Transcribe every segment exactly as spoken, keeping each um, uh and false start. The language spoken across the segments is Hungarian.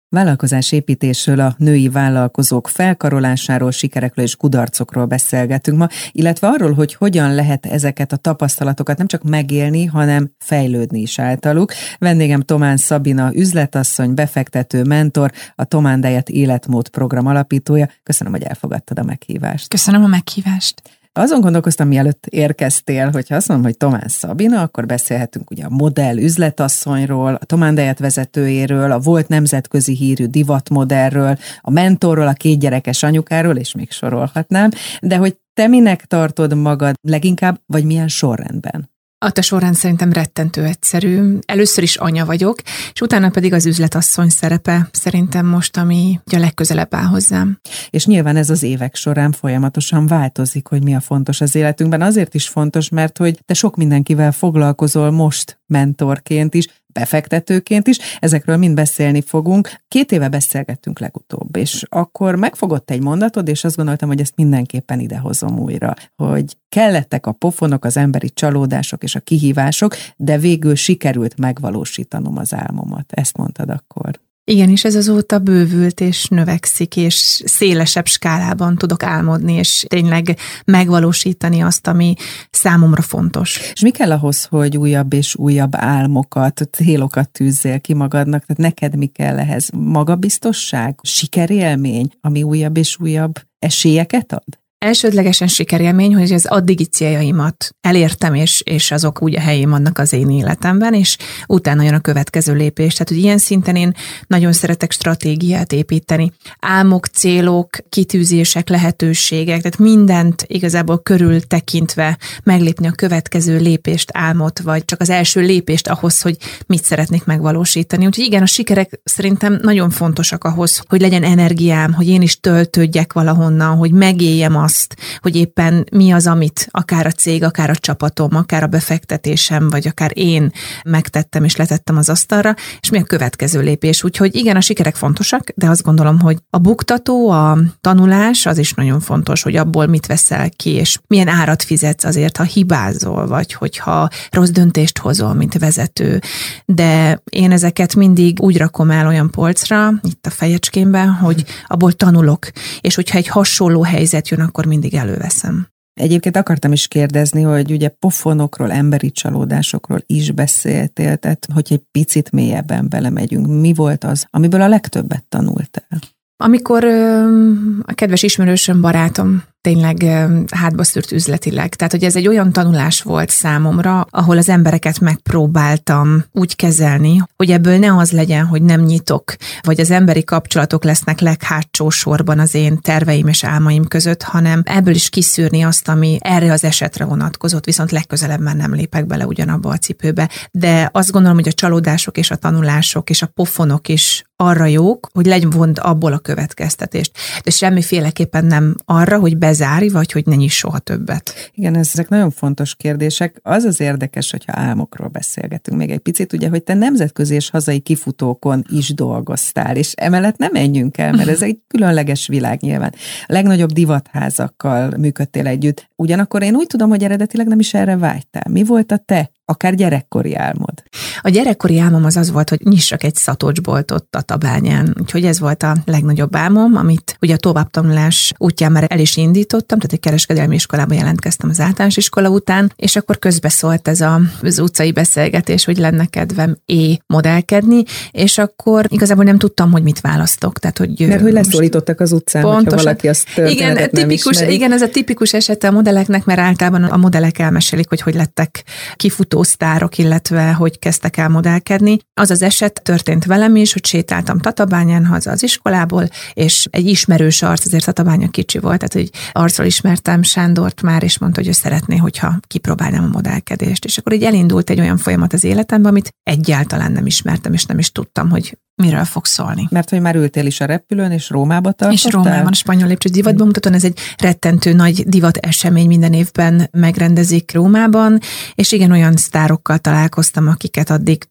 Vállalkozásépítésről, a női vállalkozók felkarolásáról, sikerekről és kudarcokról beszélgetünk ma, illetve arról, hogy hogyan lehet ezeket a tapasztalatokat nem csak megélni, hanem fejlődni is általuk. Vendégem Thomán Szabina, üzletasszony, befektető, mentor, a Thomán Diet életmód program alapítója. Köszönöm, hogy elfogadtad a meghívást. Köszönöm a meghívást. Azon gondolkoztam, mielőtt érkeztél, hogyha azt mondom, hogy Thomán Szabina, akkor beszélhetünk ugye a modell üzletasszonyról, a Thomán Diet vezetőjéről, a volt nemzetközi hírű divatmodellről, a mentorról, a két gyerekes anyukáról, és még sorolhatnám, de hogy te minek tartod magad leginkább, vagy milyen sorrendben? A te sorrend szerintem rettentő egyszerű. Először is anya vagyok, és utána pedig az üzletasszony szerepe szerintem most, ami a legközelebb áll hozzám. És nyilván ez az évek során folyamatosan változik, hogy mi a fontos az életünkben. Azért is fontos, mert hogy te sok mindenkivel foglalkozol most mentorként is, befektetőként is, ezekről mind beszélni fogunk. Két éve beszélgettünk legutóbb, és akkor megfogott egy mondatod, és azt gondoltam, hogy ezt mindenképpen idehozom újra, hogy kellettek a pofonok, az emberi csalódások és a kihívások, de végül sikerült megvalósítanom az álmomat. Ezt mondtad akkor. Igen, és ez azóta bővült és növekszik, és szélesebb skálában tudok álmodni, és tényleg megvalósítani azt, ami számomra fontos. És mi kell ahhoz, hogy újabb és újabb álmokat, célokat tűzzél ki magadnak? Tehát neked mi kell ehhez? Magabiztosság? Sikerélmény, ami újabb és újabb esélyeket ad? Elsődlegesen sikerélmény, hogy az addigi céljaimat elértem, és, és azok úgy a helyén vannak az én életemben, és utána jön a következő lépés. Tehát, hogy ilyen szinten én nagyon szeretek stratégiát építeni. Álmok, célok, kitűzések, lehetőségek, tehát mindent igazából körül tekintve meglépni a következő lépést, álmot, vagy csak az első lépést ahhoz, hogy mit szeretnék megvalósítani. Úgyhogy igen, a sikerek szerintem nagyon fontosak ahhoz, hogy legyen energiám, hogy én is töltődjek valahonnan, hogy megéljem azt, azt, hogy éppen mi az, amit akár a cég, akár a csapatom, akár a befektetésem, vagy akár én megtettem és letettem az asztalra, és mi a következő lépés. Úgyhogy igen, a sikerek fontosak, de azt gondolom, hogy a buktató, a tanulás az is nagyon fontos, hogy abból mit veszel ki, és milyen árat fizetsz azért, ha hibázol, vagy hogyha rossz döntést hozol, mint vezető. De én ezeket mindig úgy rakom el olyan polcra, itt a fejecskémben, hogy abból tanulok, és hogyha egy hasonló helyzet jön, akkor mindig előveszem. Egyébként akartam is kérdezni, hogy ugye pofonokról, emberi csalódásokról is beszéltél, tehát hogy egy picit mélyebben belemegyünk. Mi volt az, amiből a legtöbbet tanultál? Amikor ö, a kedves ismerősöm, barátom tényleg ö, hátba szűrt üzletileg. Tehát, hogy ez egy olyan tanulás volt számomra, ahol az embereket megpróbáltam úgy kezelni, hogy ebből ne az legyen, hogy nem nyitok, vagy az emberi kapcsolatok lesznek leghátsó sorban az én terveim és álmaim között, hanem ebből is kiszűrni azt, ami erre az esetre vonatkozott, viszont legközelebb már nem lépek bele ugyanabba a cipőbe. De azt gondolom, hogy a csalódások és a tanulások és a pofonok is arra jók, hogy legyvond abból a következtetést. De semmiféleképpen nem arra, hogy bezárj, vagy hogy ne nyiss soha többet. Igen, ezek nagyon fontos kérdések. Az az érdekes, hogyha álmokról beszélgetünk még egy picit, ugye, hogy te nemzetközi és hazai kifutókon is dolgoztál, és emellett nem menjünk el, mert ez egy különleges világ nyilván. A legnagyobb divatházakkal működtél együtt. Ugyanakkor én úgy tudom, hogy eredetileg nem is erre vágytál. Mi volt a te akár gyerekkori álmod? A gyerekkori álmom az az volt, hogy nyissak egy szatocsboltot Tatabányán. Úgyhogy ez volt a legnagyobb álmom, amit ugye a továbbtanulás útján már el is indítottam, tehát egy kereskedelmi iskolába jelentkeztem az általános iskola után, és akkor közbeszólt ez a, az utcai beszélgetés, hogy lenne kedvem é modellkedni, és akkor igazából nem tudtam, hogy mit választok. Tehát, hogy mert hogy leszólítottak az utcán, hogyha valaki azt igen, nem tipikus, ismeri. igen, ez a tipikus esete a modelleknek, mert általában a modellek elmesélik, hogy hogy lettek kifutó sztárok, illetve hogy kezdtek el modellkedni. Az az eset történt velem is, hogy sétáltam Tatabányán haza az iskolából, és egy ismerős arc, azért Tatabánya kicsi volt, tehát hogy arcról ismertem Sándort már, és mondta, hogy ő szeretné, hogyha kipróbálnám a modellkedést. És akkor így elindult egy olyan folyamat az életemben, amit egyáltalán nem ismertem, és nem is tudtam, hogy miről fog szólni. Mert hogy már ültél is a repülőn, és Rómába tartottál? És Rómában, a spanyol lépcső divatbemutatón, ez egy rettentő nagy divat esemény, minden évben megrendezik Rómában, és igen, olyan sztárokkal találkoztam, akiket addig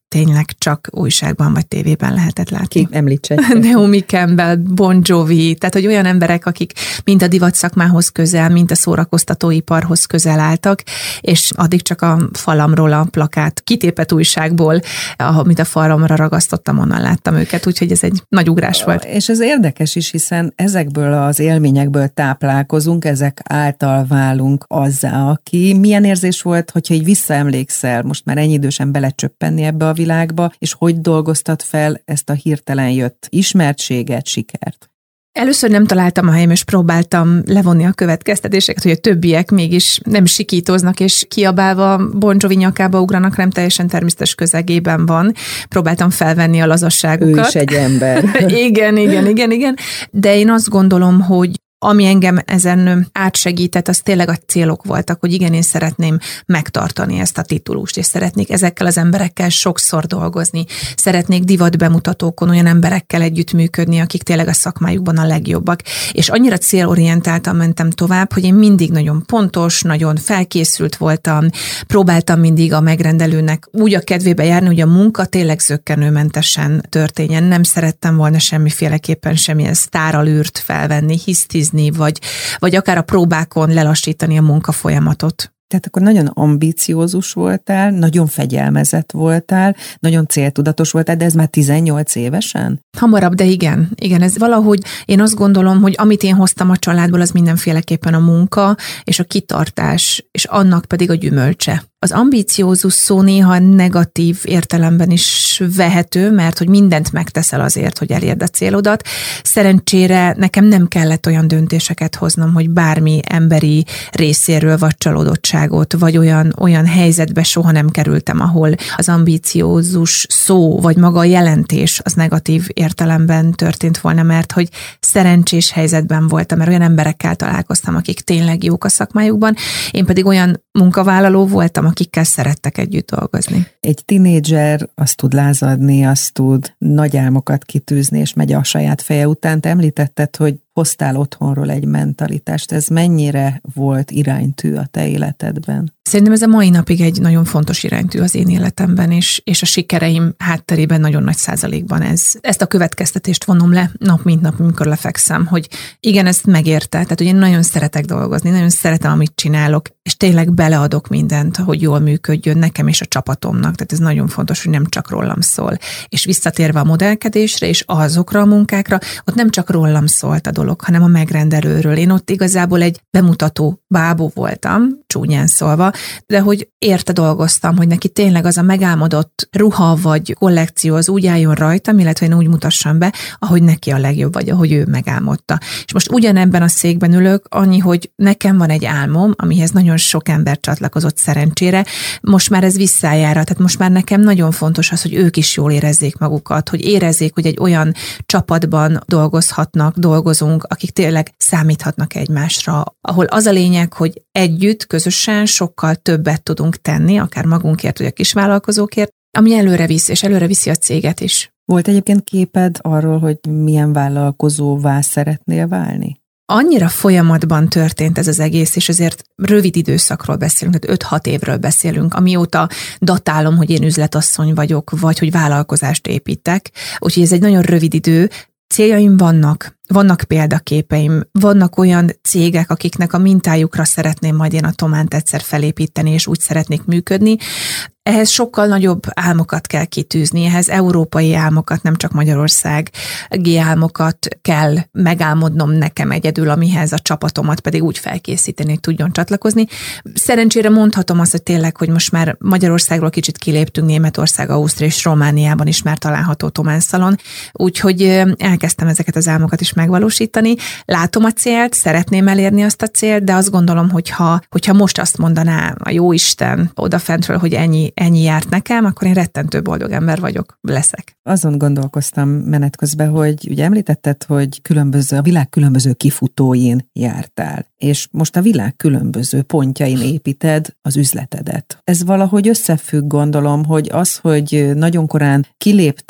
tényleg csak újságban vagy tévében lehetett látni. Ki említse. Naomi Campbell, Bon Jovi, tehát hogy olyan emberek, akik mind a divat szakmához közel, mind a szórakoztatóiparhoz közel álltak, és addig csak a falamról a plakát kitépett újságból, amit a falamra ragasztottam, onnan láttam őket, úgyhogy ez egy nagy ugrás volt. És ez érdekes is, hiszen ezekből az élményekből táplálkozunk, ezek által válunk azzá, aki. Milyen érzés volt, hogyha így visszaemlékszel, most már ennyi idősen belecsöppenni ebbe a világba, és hogy dolgoztad fel ezt a hirtelen jött ismertséget, sikert? Először nem találtam a helyem, és próbáltam levonni a következtetéseket, hogy a többiek mégis nem sikítoznak, és kiabálva Bon Jovi nyakába ugranak, nem teljesen természetes közegében van. Próbáltam felvenni a lazasságukat. Ő is egy ember. igen, igen, igen, igen. De én azt gondolom, hogy ami engem ezen átsegített, az tényleg a célok voltak, hogy igen, én szeretném megtartani ezt a titulust, és szeretnék ezekkel az emberekkel sokszor dolgozni. Szeretnék divatbemutatókon olyan emberekkel együttműködni, akik tényleg a szakmájukban a legjobbak. És annyira célorientáltan mentem tovább, hogy én mindig nagyon pontos, nagyon felkészült voltam, próbáltam mindig a megrendelőnek úgy a kedvébe járni, hogy a munka tényleg zökkenőmentesen történjen. Nem szerettem volna semmiféleképpen semmilyen sztáralűrt felvenni, hisztizni, vagy, vagy akár a próbákon lelassítani a munkafolyamatot. Tehát akkor nagyon ambiciózus voltál, nagyon fegyelmezett voltál, nagyon céltudatos voltál, de ez már tizennyolc évesen? Hamarabb, de igen. Igen, ez valahogy én azt gondolom, hogy amit én hoztam a családból, az mindenféleképpen a munka, és a kitartás, és annak pedig a gyümölcse. Az ambíciózus szó néha negatív értelemben is vehető, mert hogy mindent megteszel azért, hogy elérd a célodat. Szerencsére nekem nem kellett olyan döntéseket hoznom, hogy bármi emberi részéről vagy csalódottságot, vagy olyan, olyan helyzetbe soha nem kerültem, ahol az ambíciózus szó, vagy maga a jelentés az negatív értelemben történt volna, mert hogy szerencsés helyzetben voltam, mert olyan emberekkel találkoztam, akik tényleg jók a szakmájukban, én pedig olyan munkavállaló voltam, akikkel szerettek együtt dolgozni. Egy tinédzser azt tud lázadni, azt tud nagy álmokat kitűzni, és megy a saját feje után. Te említetted, hogy hoztál otthonról egy mentalitást. Ez mennyire volt iránytű a te életedben? Szerintem ez a mai napig egy nagyon fontos iránytű az én életemben, és, és a sikereim hátterében nagyon nagy százalékban ez. Ezt a következtetést vonom le nap mint nap, amikor lefekszem, hogy igen, ezt megérte. Tehát, hogy én nagyon szeretek dolgozni, nagyon szeretem, amit csinálok, és tényleg beleadok mindent, hogy jól működjön nekem és a csapatomnak. Tehát ez nagyon fontos, hogy nem csak rólam szól. És visszatérve a modellkedésre és azokra a munkákra, ott nem csak rólam szólt a dolog, hanem a megrendelőről. Én ott igazából egy bemutató bábú voltam, csúnyán szólva, de hogy érte dolgoztam, hogy neki tényleg az a megálmodott ruha vagy kollekció az úgy álljon rajtam, illetve én úgy mutassam be, ahogy neki a legjobb, vagy ahogy ő megálmodta. És most ugyanebben a székben ülök, annyi, hogy nekem van egy álmom, amihez nagyon sok ember csatlakozott szerencsére, most már ez visszájára, tehát most már nekem nagyon fontos az, hogy ők is jól érezzék magukat, hogy érezzék, hogy egy olyan csapatban dolgozhatnak, dolgozunk, akik tényleg számíthatnak egymásra, ahol az a lényeg, hogy együtt, közösen sokkal többet tudunk tenni, akár magunkért, vagy a kisvállalkozókért, ami előre visz, és előre viszi a céget is. Volt egyébként képed arról, hogy milyen vállalkozóvá szeretnél válni? Annyira folyamatban történt ez az egész, és azért rövid időszakról beszélünk, tehát öt-hat évről beszélünk, amióta datálom, hogy én üzletasszony vagyok, vagy hogy vállalkozást építek. Úgyhogy ez egy nagyon rövid idő. Céljaim vannak, vannak példaképeim, vannak olyan cégek, akiknek a mintájukra szeretném majd én a Tománt egyszer felépíteni, és úgy szeretnék működni. Ehhez sokkal nagyobb álmokat kell kitűzni, ehhez európai álmokat, nem csak magyarországi álmokat kell megálmodnom nekem egyedül, amihez a csapatomat pedig úgy felkészíteni, hogy tudjon csatlakozni. Szerencsére mondhatom azt, hogy tényleg, hogy most már Magyarországról kicsit kiléptünk, Németország, Ausztria és Romániában is már található Tomán szalon, úgyhogy elkezdtem ezeket az álmokat is megvalósítani. Látom a célt, szeretném elérni azt a célt, de azt gondolom, hogyha, hogyha most azt mondaná a Jóisten odafentről, hogy ennyi ennyi járt nekem, akkor én rettentő boldog ember vagyok, leszek. Azon gondolkoztam menet közben, hogy ugye említetted, hogy különböző, a világ különböző kifutóin jártál, és most a világ különböző pontjain építed az üzletedet. Ez valahogy összefügg, gondolom, hogy az, hogy nagyon korán kiléptél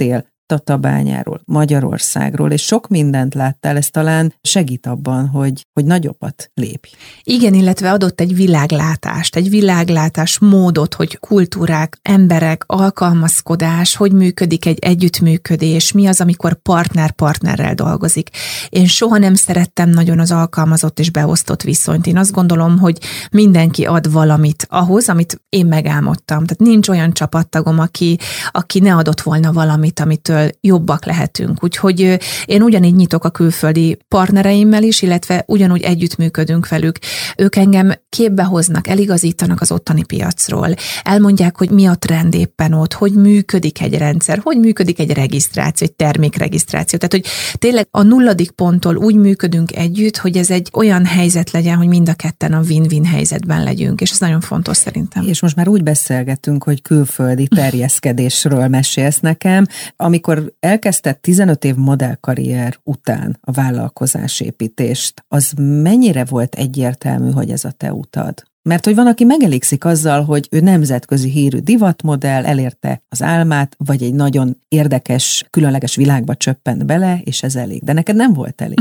Tatabányáról, Magyarországról, és sok mindent láttál, ez talán segít abban, hogy, hogy nagyobbat lépj. Igen, illetve adott egy világlátást, egy világlátás módot, hogy kultúrák, emberek, alkalmazkodás, hogy működik egy együttműködés, mi az, amikor partner partnerrel dolgozik. Én soha nem szerettem nagyon az alkalmazott és beosztott viszonyt. Én azt gondolom, hogy mindenki ad valamit ahhoz, amit én megálmodtam. Tehát nincs olyan csapattagom, aki, aki ne adott volna valamit, amitől jobbak lehetünk. Úgyhogy én ugyanígy nyitok a külföldi partnereimmel is, illetve ugyanúgy együttműködünk velük. Ők engem képbe hoznak, eligazítanak az ottani piacról, elmondják, hogy mi a trend éppen ott, hogy működik egy rendszer, hogy működik egy regisztráció, egy termékregisztráció. Tehát, hogy tényleg a nulladik ponttól úgy működünk együtt, hogy ez egy olyan helyzet legyen, hogy mind a ketten a win-win helyzetben legyünk, és ez nagyon fontos szerintem. És most már úgy beszélgetünk, hogy külföldi terjeszkedésről mesélsz nekem. Amikor elkezdted tizenöt év modellkarrier után a vállalkozásépítést, az mennyire volt egyértelmű, hogy ez a te utad? Mert hogy van, aki megelégszik azzal, hogy ő nemzetközi hírű divatmodell, elérte az álmát, vagy egy nagyon érdekes, különleges világba csöppent bele, és ez elég. De neked nem volt elég.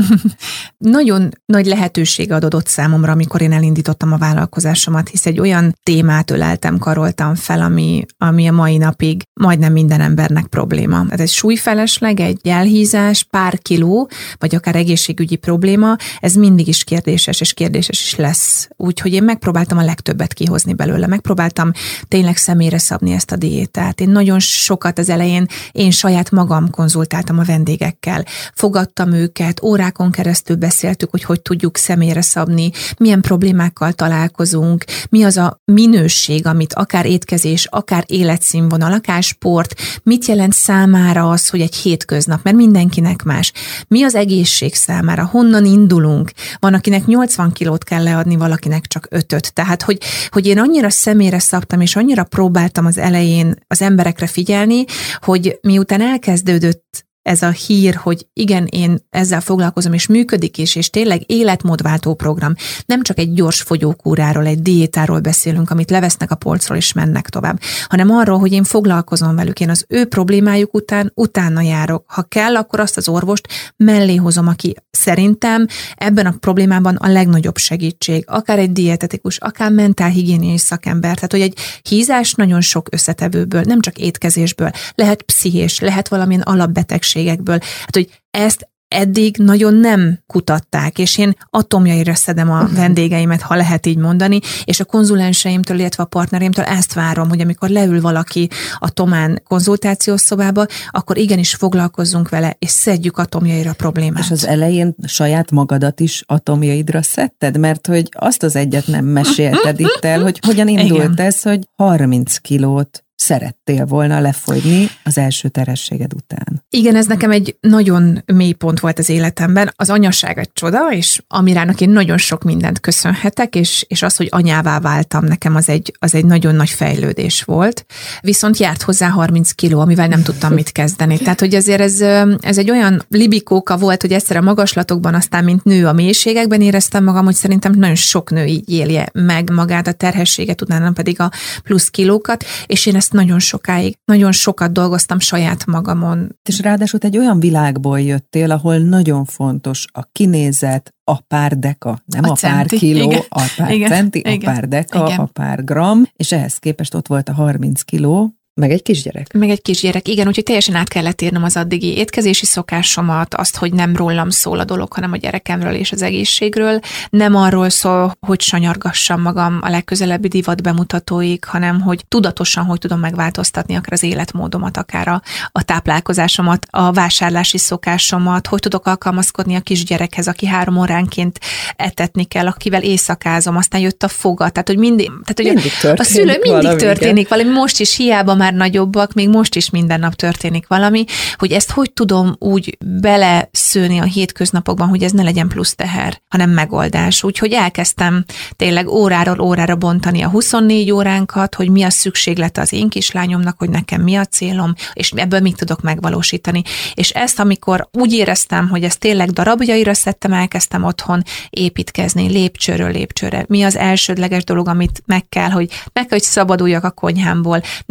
Nagyon nagy lehetőség adott számomra, amikor én elindítottam a vállalkozásomat, hisz egy olyan témát öleltem, karoltam fel, ami, ami a mai napig majdnem minden embernek probléma. Ez egy súlyfelesleg, egy elhízás, pár kiló, vagy akár egészségügyi probléma, ez mindig is kérdéses, és kérdéses is lesz. Úgyhogy én megpróbáltam a legtöbbet kihozni belőle. Megpróbáltam tényleg személyre szabni ezt a diétát. Én nagyon sokat az elején én saját magam konzultáltam a vendégekkel. Fogadtam őket, órákon keresztül beszéltük, hogy hogy tudjuk személyre szabni, milyen problémákkal találkozunk, mi az a minőség, amit akár étkezés, akár életszínvonal, akár sport, mit jelent számára az, hogy egy hétköznap, mert mindenkinek más. Mi az egészség számára, honnan indulunk? Van, akinek nyolcvan kilót kell leadni, valakinek csak ötöt. Tehát, hogy, hogy én annyira személyre szabtam, és annyira próbáltam az elején az emberekre figyelni, hogy miután elkezdődött ez a hír, hogy igen, én ezzel foglalkozom, és működik is, és tényleg életmódváltó program. Nem csak egy gyors fogyókúráról, egy diétáról beszélünk, amit levesznek a polcról, és mennek tovább, hanem arról, hogy én foglalkozom velük, én az ő problémájuk után utána járok. Ha kell, akkor azt az orvost mellé hozom, aki szerintem ebben a problémában a legnagyobb segítség. Akár egy dietetikus, akár mentálhigiéniai szakember. Tehát, hogy egy hízás nagyon sok összetevőből, nem csak étkezésből, lehet pszichés, lehet valamilyen alapbetegség, hát, hogy ezt eddig nagyon nem kutatták, és én atomjaira szedem a vendégeimet, ha lehet így mondani, és a konzulenseimtől, illetve a partnereimtől ezt várom, hogy amikor leül valaki a Tomán konzultációs szobába, akkor igenis foglalkozzunk vele, és szedjük atomjaira a problémát. És az elején saját magadat is atomjaidra szedted? Mert hogy azt az egyet nem mesélted itt el, hogy hogyan indult igen. ez, hogy harminc kilót szerettél volna lefogyni az első terhességed után. Igen, ez nekem egy nagyon mély pont volt az életemben. Az anyaság egy csoda, és Amirának én nagyon sok mindent köszönhetek, és, és az, hogy anyává váltam, nekem az egy, az egy nagyon nagy fejlődés volt. Viszont járt hozzá harminc kiló, amivel nem tudtam mit kezdeni. Tehát, hogy azért ez, ez egy olyan libikóka volt, hogy egyszer a magaslatokban, aztán mint nő a mélységekben éreztem magam, hogy szerintem nagyon sok nő így élje meg magát a terhességet, utána pedig a plusz kilókat, és én ezt nagyon sokáig, nagyon sokat dolgoztam saját magamon. És ráadásul egy olyan világból jöttél, ahol nagyon fontos a kinézet, a pár deka, nem a, a pár centi, kiló, igen. a pár igen, centi, igen, a pár deka, igen. a pár gram, és ehhez képest ott volt a harminc kiló, meg egy kisgyerek. Meg egy kisgyerek, igen, úgyhogy teljesen át kellett írnom az addigi étkezési szokásomat, azt, hogy nem rólam szól a dolog, hanem a gyerekemről és az egészségről. Nem arról szól, hogy sanyargassam magam a legközelebbi divat bemutatóig, hanem hogy tudatosan hogy tudom megváltoztatni akár az életmódomat, akár a, a táplálkozásomat, a vásárlási szokásomat, hogy tudok alkalmazkodni a kisgyerekhez, aki három óránként etetni kell, akivel éjszakázom, aztán jött a foga, tehát hogy mindig, tehát, mindig hogy a szülő mindig valami, történik valami, most is hiába már nagyobbak, még most is minden nap történik valami, hogy ezt hogy tudom úgy beleszőni a hétköznapokban, hogy ez ne legyen plusz teher, hanem megoldás. Úgyhogy elkezdtem tényleg óráról órára bontani a huszonnégy óránkat, hogy mi a szükséglete az én kislányomnak, hogy nekem mi a célom, és ebből mit tudok megvalósítani. És ezt, amikor úgy éreztem, hogy ezt tényleg darabjaira szedtem, elkezdtem otthon építkezni, lépcsőről lépcsőre. Mi az elsődleges dolog, amit meg kell, hogy meg kell, hogy szabaduljak a konyhámból. Nálam a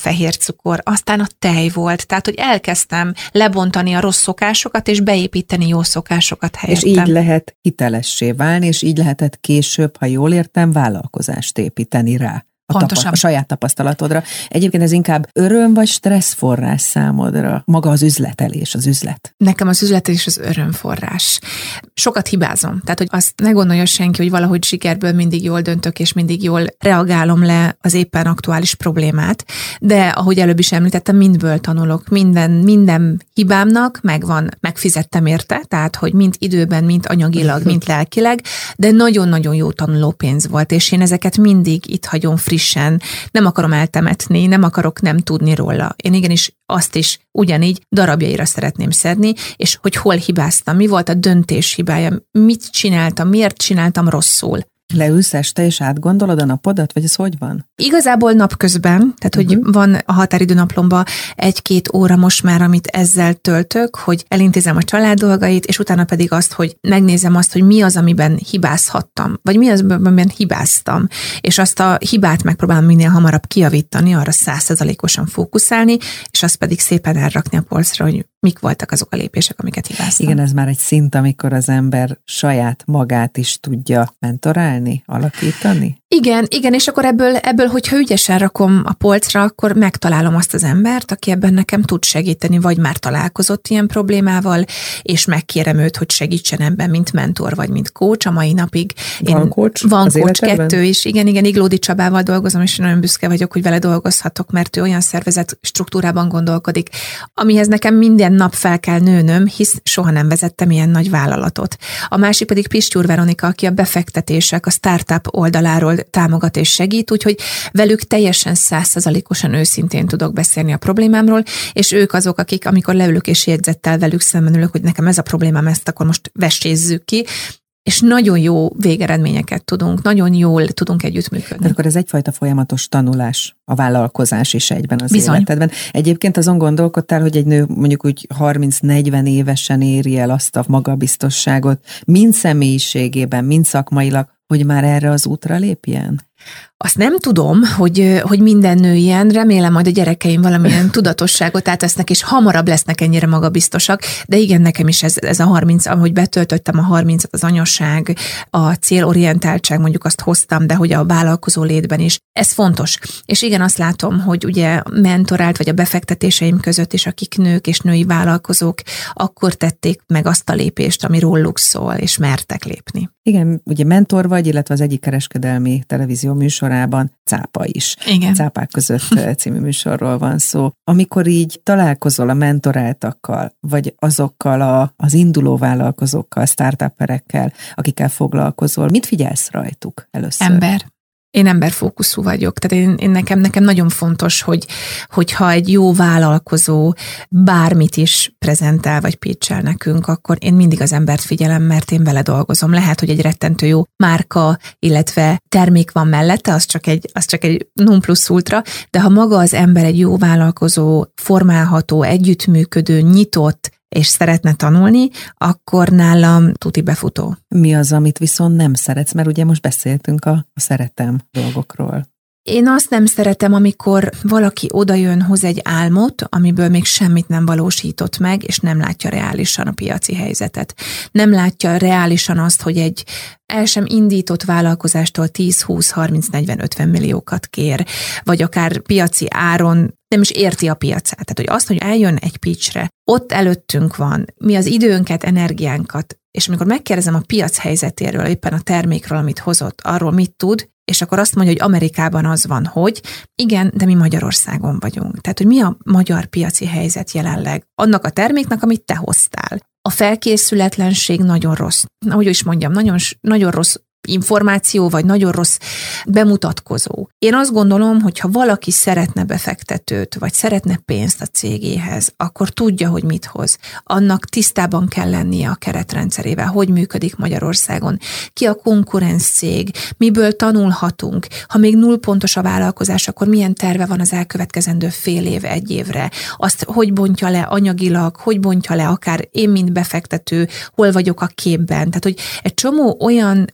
fehér cukor, aztán a tej volt. Tehát, hogy elkezdtem lebontani a rossz szokásokat, és beépíteni jó szokásokat helyettem. És így lehet hitelessé válni, és így lehetett később, ha jól értem, vállalkozást építeni rá. A, tapa, a saját tapasztalatodra. Egyébként ez inkább öröm vagy stresszforrás számodra? Maga az üzletelés, az üzlet? Nekem az üzletelés az örömforrás. Sokat hibázom. Tehát, hogy azt ne gondolja senki, hogy valahogy sikerből mindig jól döntök, és mindig jól reagálom le az éppen aktuális problémát. De, ahogy előbb is említettem, mindből tanulok. Minden, minden hibámnak megvan, megfizettem érte, tehát, hogy mind időben, mind anyagilag, mind lelkileg, de nagyon-nagyon jó tanuló pénz volt, és én ezeket mindig itt hagyom frissen, nem akarom eltemetni, nem akarok nem tudni róla. Én igenis azt is ugyanígy darabjaira szeretném szedni, és hogy hol hibáztam, mi volt a döntés hibája, mit csináltam, miért csináltam rosszul. Leülsz este és átgondolod a napodat, vagy ez hogy van? Igazából napközben, tehát hogy uh-huh. van a határidő naplomban egy-két óra most már, amit ezzel töltök, hogy elintézem a család dolgait, és utána pedig azt, hogy megnézem azt, hogy mi az, amiben hibázhattam, vagy mi az, amiben hibáztam, és azt a hibát megpróbálom minél hamarabb kijavítani, arra száz százalékosan fókuszálni, és azt pedig szépen elrakni a polcra, hogy mik voltak azok a lépések, amiket hibáztam. Igen, ez már egy szint, amikor az ember saját magát is tudja mentorálni, alakítani? Igen, igen, és akkor ebből, ebből, hogyha ügyesen rakom a polcra, akkor megtalálom azt az embert, aki ebben nekem tud segíteni, vagy már találkozott ilyen problémával, és megkérem őt, hogy segítsen ebben, mint mentor, vagy mint coach a mai napig. Van Én, coach? Van coach, kettő is. Igen, igen, Iglódi Csabával dolgozom, és nagyon büszke vagyok, hogy vele dolgozhatok, mert ő olyan szervezet struktúrában gondolkodik, amihez nekem minden nap fel kell nőnöm, hisz soha nem vezettem ilyen nagy vállalatot. A másik pedig Pistyúr Veronika, aki a befektetések, a startup oldaláról támogat és segít, úgyhogy velük teljesen százszázalékosan őszintén tudok beszélni a problémámról, és ők azok, akik, amikor leülök és jegyzettel velük szemben ülök, hogy nekem ez a problémám, ezt akkor most vesézzük ki, és nagyon jó végeredményeket tudunk, nagyon jól tudunk együttműködni. De akkor ez egyfajta folyamatos tanulás, a vállalkozás is egyben az Bizony. életedben. Egyébként azon gondolkodtál, hogy egy nő mondjuk úgy harminc-negyven évesen éri el azt a magabiztosságot, mind személyiségében, mind szakmailag, hogy már erre az útra lépjen? Azt nem tudom, hogy, hogy minden nő ilyen, remélem majd a gyerekeim valamilyen tudatosságot átvesznek, és hamarabb lesznek ennyire magabiztosak, de igen, nekem is ez, ez a harminc, ahogy betöltöttem a harmincat, az anyaság, a célorientáltság, mondjuk azt hoztam, de hogy a vállalkozó létben is, ez fontos. És igen, azt látom, hogy ugye mentorált, vagy a befektetéseim között is, akik nők és női vállalkozók, akkor tették meg azt a lépést, ami róluk szól, és mertek lépni. Igen, ugye mentor vagy, illetve az egyik kereskedelmi televízió műsorában cápa is. Igen. Cápák között című műsorról van szó. Amikor így találkozol a mentoráltakkal, vagy azokkal a, az induló vállalkozókkal, startuperekkel, akikkel foglalkozol, mit figyelsz rajtuk először? Ember. Én emberfókuszú vagyok, tehát én, én nekem, nekem nagyon fontos, hogy, hogyha egy jó vállalkozó bármit is prezentál, vagy pitchel nekünk, akkor én mindig az embert figyelem, mert én vele dolgozom. Lehet, hogy egy rettentő jó márka, illetve termék van mellette, az csak egy, az csak egy non plus ultra, de ha maga az ember egy jó vállalkozó, formálható, együttműködő, nyitott, és szeretne tanulni, akkor nálam tuti befutó. Mi az, amit viszont nem szeretsz? Mert ugye most beszéltünk a, a szeretem dolgokról. Én azt nem szeretem, amikor valaki odajön, hoz egy álmot, amiből még semmit nem valósított meg, és nem látja reálisan a piaci helyzetet. Nem látja reálisan azt, hogy egy el sem indított vállalkozástól tíz, húsz, harminc, negyven, ötven milliókat kér, vagy akár piaci áron nem is érti a piacát. Tehát, hogy azt, hogy eljön egy pitchre, ott előttünk van, mi az időnket, energiánkat, és amikor megkérdezem a piac helyzetéről, éppen a termékről, amit hozott, arról mit tud, és akkor azt mondja, hogy Amerikában az van, hogy igen, de mi Magyarországon vagyunk. Tehát, hogy mi a magyar piaci helyzet jelenleg annak a terméknek, amit te hoztál. A felkészületlenség nagyon rossz. Ahogy is mondjam, nagyon, nagyon rossz információ, vagy nagyon rossz bemutatkozó. Én azt gondolom, hogy ha valaki szeretne befektetőt, vagy szeretne pénzt a cégéhez, akkor tudja, hogy mit hoz. Annak tisztában kell lennie a keretrendszerével, hogy működik Magyarországon, ki a konkurens cég, miből tanulhatunk, ha még nullpontos a vállalkozás, akkor milyen terve van az elkövetkezendő fél év, egy évre, azt hogy bontja le anyagilag, hogy bontja le akár én, mint befektető, hol vagyok a képben. Tehát, hogy egy csomó olyan részlet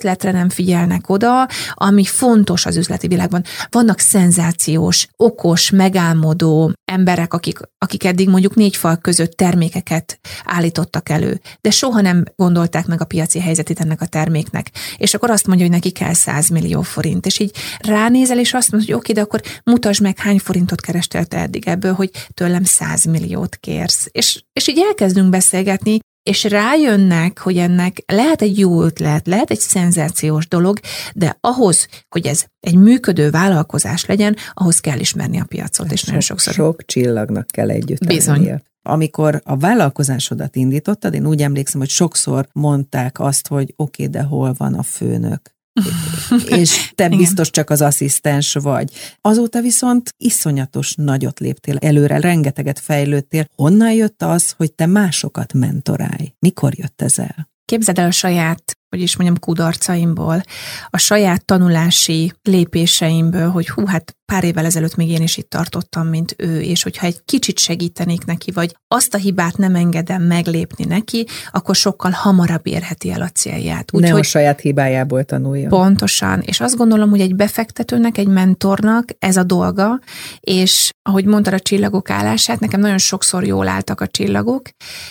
üzletre nem figyelnek oda, ami fontos az üzleti világban. Vannak szenzációs, okos, megálmodó emberek, akik, akik eddig mondjuk négy fal között termékeket állítottak elő, de soha nem gondolták meg a piaci helyzetét ennek a terméknek. És akkor azt mondja, hogy neki kell száz millió forint. És így ránézel, és azt mondod, hogy oké, de akkor mutasd meg, hány forintot kerestél te eddig ebből, hogy tőlem száz milliót kérsz. És, és így elkezdünk beszélgetni, és rájönnek, hogy ennek lehet egy jó ötlet, lehet egy szenzációs dolog, de ahhoz, hogy ez egy működő vállalkozás legyen, ahhoz kell ismerni a piacot, és nagyon sokszor. Sok csillagnak kell együtt Bizony. Lennie. Amikor a vállalkozásodat indítottad, én úgy emlékszem, hogy sokszor mondták azt, hogy oké, okay, de hol van a főnök? És te biztos csak az asszisztens vagy. Azóta viszont iszonyatos nagyot léptél előre, rengeteget fejlődtél. Honnan jött az, hogy te másokat mentorálj? Mikor jött ez el? Képzeld el a saját, hogy is mondjam, kudarcaimból, a saját tanulási lépéseimből, hogy hú, hát pár évvel ezelőtt még én is itt tartottam, mint ő, és hogyha egy kicsit segítenék neki, vagy azt a hibát nem engedem meglépni neki, akkor sokkal hamarabb érheti el a célját. Úgy, ne hogy a saját hibájából tanuljon. Pontosan, és azt gondolom, hogy egy befektetőnek, egy mentornak ez a dolga, és ahogy mondtad a csillagok állását, nekem nagyon sokszor jól álltak a csillagok,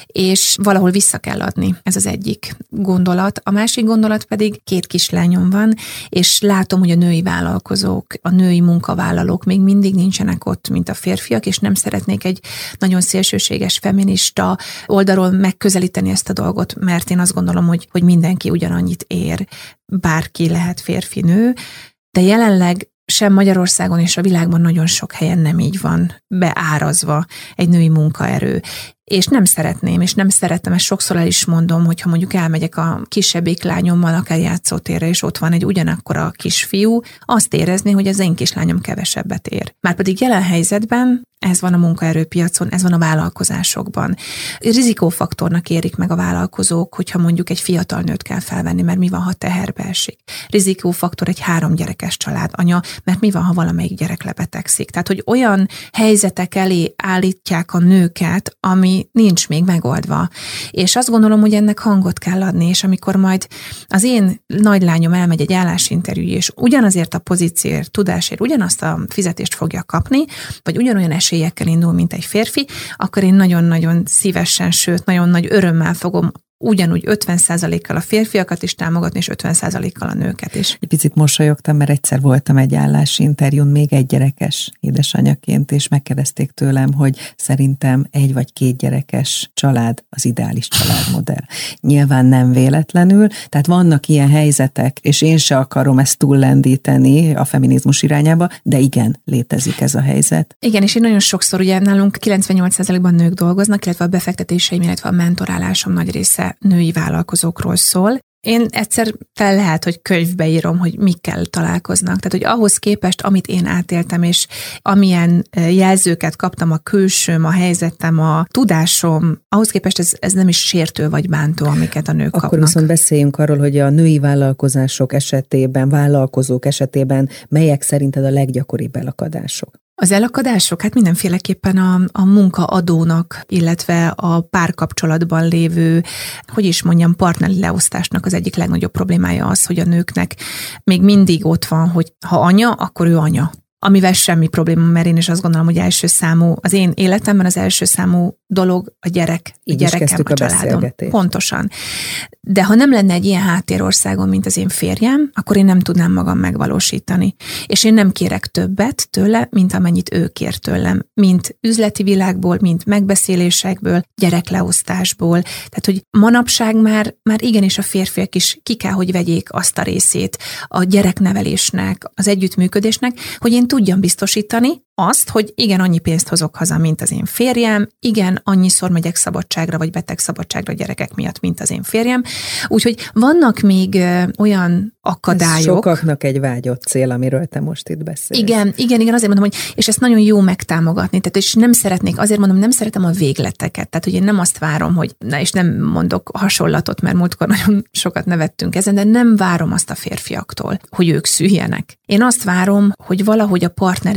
és valahol vissza kell adni. Ez az egyik gondolat. A másik gondolat pedig két kislányom van, és látom, hogy a női vállalkozók, a női munkavállalók még mindig nincsenek ott, mint a férfiak, és nem szeretnék egy nagyon szélsőséges feminista oldalról megközelíteni ezt a dolgot, mert én azt gondolom, hogy, hogy mindenki ugyanannyit ér, bárki lehet férfi-nő, de jelenleg sem Magyarországon és a világban nagyon sok helyen nem így van beárazva egy női munkaerő. És nem szeretném, és nem szeretem, ezt sokszor el is mondom, hogyha mondjuk elmegyek a kisebbik lányommal akár játszótérre, és ott van egy ugyanakkora kisfiú, azt érezni, hogy az én kislányom kevesebbet ér. Márpedig jelen helyzetben ez van a munkaerőpiacon, ez van a vállalkozásokban. Rizikófaktornak érik meg a vállalkozók, hogyha mondjuk egy fiatal nőt kell felvenni, mert mi van, ha teherbe esik. Rizikófaktor egy három gyerekes család anya, mert mi van, ha valamelyik gyerek lebetegszik. Tehát, hogy olyan helyzetek elé állítják a nőket, ami nincs még megoldva. És azt gondolom, hogy ennek hangot kell adni, és amikor majd az én nagylányom elmegy egy állásinterjúra, és ugyanazért a pozícióért, tudásért, ugyanazt a fizetést fogja kapni, vagy ugyanolyan esélyekkel indul, mint egy férfi, akkor én nagyon-nagyon szívesen, sőt, nagyon nagy örömmel fogom ugyanúgy ötven százalékkal a férfiakat is támogatni, és ötven százalékkal a nőket is. Egy picit mosolyogtam, mert egyszer voltam egy állásinterjún még egy gyerekes édesanyaként, és megkérdezték tőlem, hogy szerintem egy vagy két gyerekes család az ideális családmodell. Nyilván nem véletlenül, tehát vannak ilyen helyzetek, és én se akarom ezt túllendíteni a feminizmus irányába, de igen, létezik ez a helyzet. Igen, és én nagyon sokszor, ugye nálunk kilencvennyolc százalékban nők dolgoznak, illetve a befektetéseim, illetve a mentorálásom nagy része női vállalkozókról szól. Én egyszer fel lehet, hogy könyvbe írom, hogy mikkel találkoznak. Tehát, hogy ahhoz képest, amit én átéltem, és amilyen jelzőket kaptam, a külsőm, a helyzetem, a tudásom, ahhoz képest ez, ez nem is sértő vagy bántó, amiket a nők Akkor kapnak. Akkor viszont beszéljünk arról, hogy a női vállalkozások esetében, vállalkozók esetében melyek szerinted a leggyakoribb elakadások? Az elakadások, hát mindenféleképpen a, a munkaadónak, illetve a párkapcsolatban lévő, hogy is mondjam, partneri leosztásnak az egyik legnagyobb problémája az, hogy a nőknek még mindig ott van, hogy ha anya, akkor ő anya. Amivel semmi probléma, mert én is azt gondolom, hogy első számú, az én életemben az első számú dolog a gyerek, a gyerekem, a, a családom. Pontosan. De ha nem lenne egy ilyen háttérországon, mint az én férjem, akkor én nem tudnám magam megvalósítani. És én nem kérek többet tőle, mint amennyit ő kér tőlem. Mint üzleti világból, mint megbeszélésekből, gyerekleosztásból. Tehát, hogy manapság már, már igenis a férfiak is ki kell, hogy vegyék azt a részét a gyereknevelésnek, az együttműködésnek, hogy én tudjam biztosítani azt, hogy igen, annyi pénzt hozok haza, mint az én férjem, igen, annyiszor megyek szabadságra, vagy beteg szabadságra gyerekek miatt, mint az én férjem. Úgyhogy vannak még ö, olyan akadályok. Ez sokaknak egy vágyott cél, amiről te most itt beszélsz. Igen, igen, igen, azért mondom, hogy és ezt nagyon jó megtámogatni, tehát és nem szeretnék, azért mondom, nem szeretem a végleteket, tehát hogy én nem azt várom, hogy, na és nem mondok hasonlatot, mert múltkor nagyon sokat nevettünk ezen, de nem várom azt a férfiaktól, hogy ők szüljenek. Én azt várom, hogy valahogy a partneri